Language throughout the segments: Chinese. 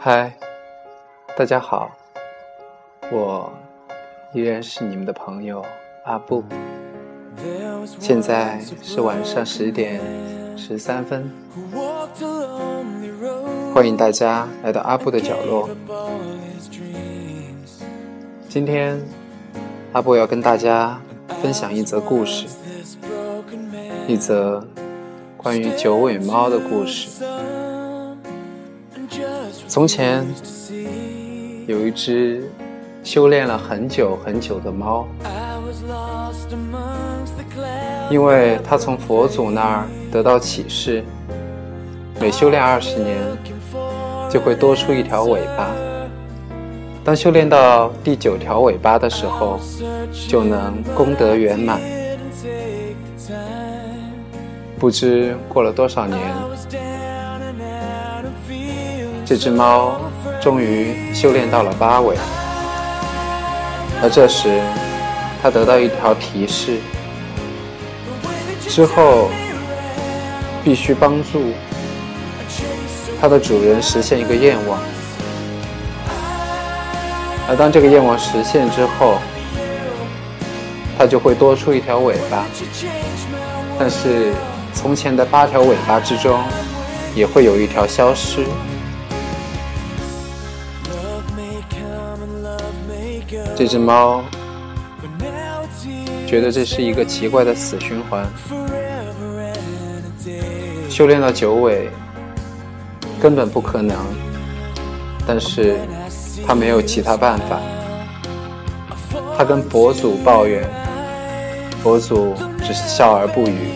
嗨，大家好，我依然是你们的朋友阿布。现在是晚上10点13分，欢迎大家来到阿布的角落。今天阿布要跟大家分享一则故事，一则关于九尾猫的故事。从前有一只修炼了很久很久的猫，因为它从佛祖那儿得到启示，每修炼20年就会多出一条尾巴，当修炼到第9条尾巴的时候，就能功德圆满。不知过了多少年，这只猫终于修炼到了8尾，而这时它得到一条提示，之后必须帮助它的主人实现一个愿望，而当这个愿望实现之后，它就会多出一条尾巴，但是从前的8条尾巴之中也会有一条消失。这只猫觉得这是一个奇怪的死循环，修炼到9尾根本不可能，但是他没有其他办法。他跟佛祖抱怨，佛祖只是笑而不语。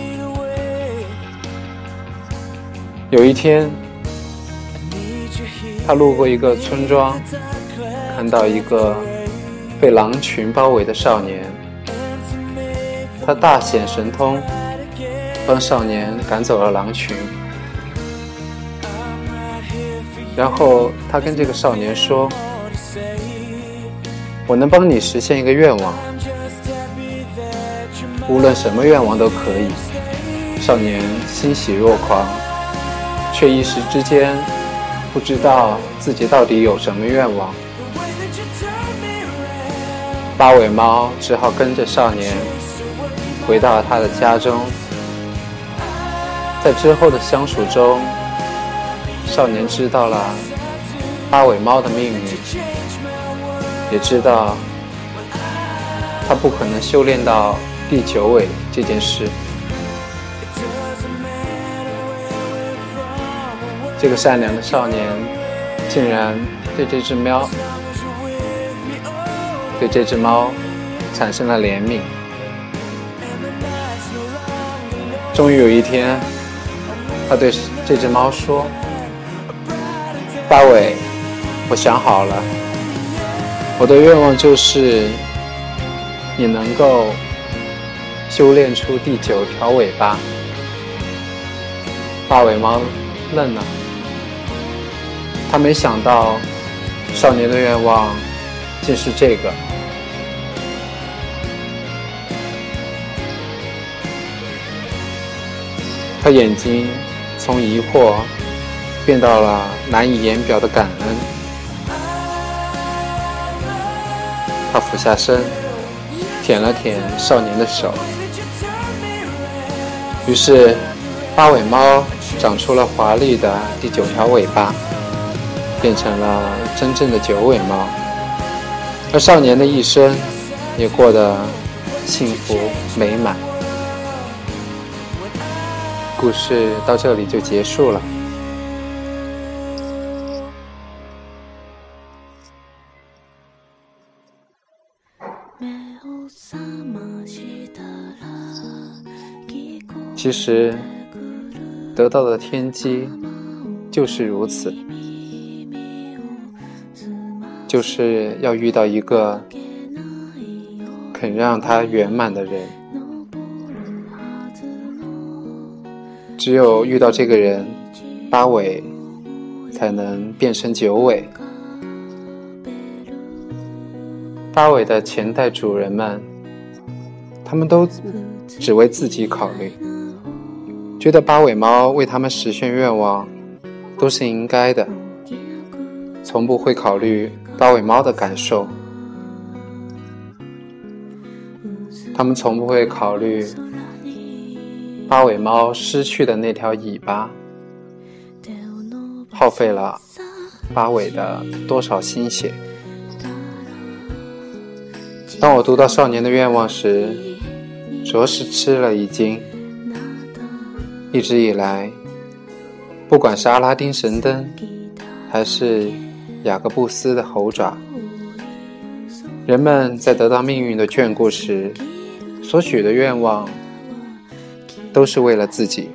有一天，他路过一个村庄，看到一个被狼群包围的少年，他大显神通，帮少年赶走了狼群。然后他跟这个少年说，我能帮你实现一个愿望，无论什么愿望都可以。少年欣喜若狂，却一时之间不知道自己到底有什么愿望。8尾猫只好跟着少年回到了他的家中。在之后的相处中，少年知道了8尾猫的命运，也知道他不可能修炼到第9尾这件事。这个善良的少年竟然对这只猫产生了怜悯。终于有一天，他对这只猫说：“8尾，我想好了，我的愿望就是你能够修炼出第9条尾巴。”8尾猫愣了，他没想到少年的愿望竟是这个。他眼睛从疑惑变到了难以言表的感恩。他俯下身舔了舔少年的手，于是8尾猫长出了华丽的第9条尾巴，变成了真正的9尾猫，而少年的一生也过得幸福美满。故事到这里就结束了。其实得到的天机就是如此，就是要遇到一个肯让它圆满的人。只有遇到这个人，8尾才能变成9尾。8尾的前代主人们，他们都只为自己考虑，觉得8尾猫为他们实现愿望都是应该的， 从不会考虑八尾猫的感受，他们从不会考虑八尾猫失去的那条尾巴耗费了八尾的多少心血。当我读到少年的愿望时，着实吃了一惊。一直以来，不管是阿拉丁神灯还是雅各布斯的猴爪，人们在得到命运的眷顾时所许的愿望都是为了自己。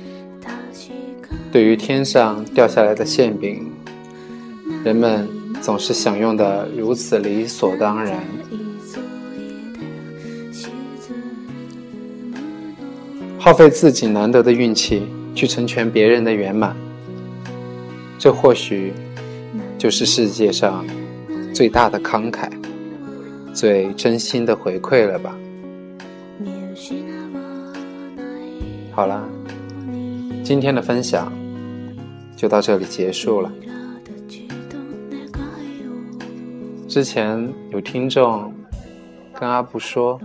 对于天上掉下来的馅饼，人们总是享用得如此理所当然。耗费自己难得的运气去成全别人的圆满，这或许就是世界上最大的慷慨，最真心的回馈了吧。好了，今天的分享就到这里结束了。之前有听众跟阿布说，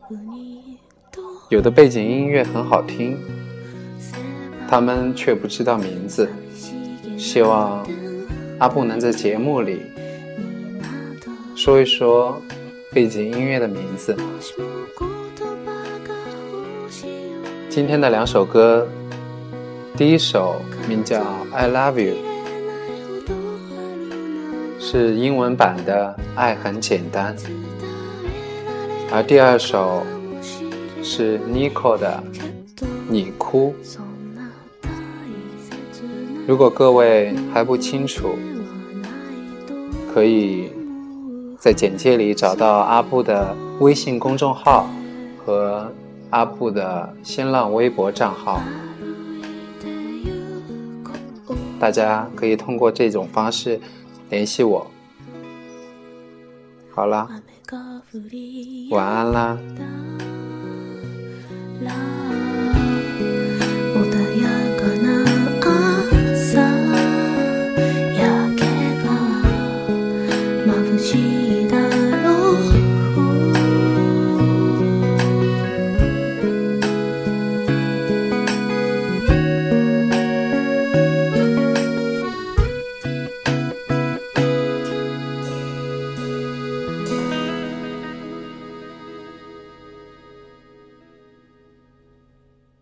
有的背景音乐很好听，他们却不知道名字，希望阿布能在节目里说一说背景音乐的名字。今天的2首歌，第一首名叫 I Love You， 是英文版的爱很简单，而第二首是 Nico 的你哭。如果各位还不清楚，可以在简介里找到阿布的微信公众号和阿布的新浪微博账号，大家可以通过这种方式联系我。好了，晚安啦。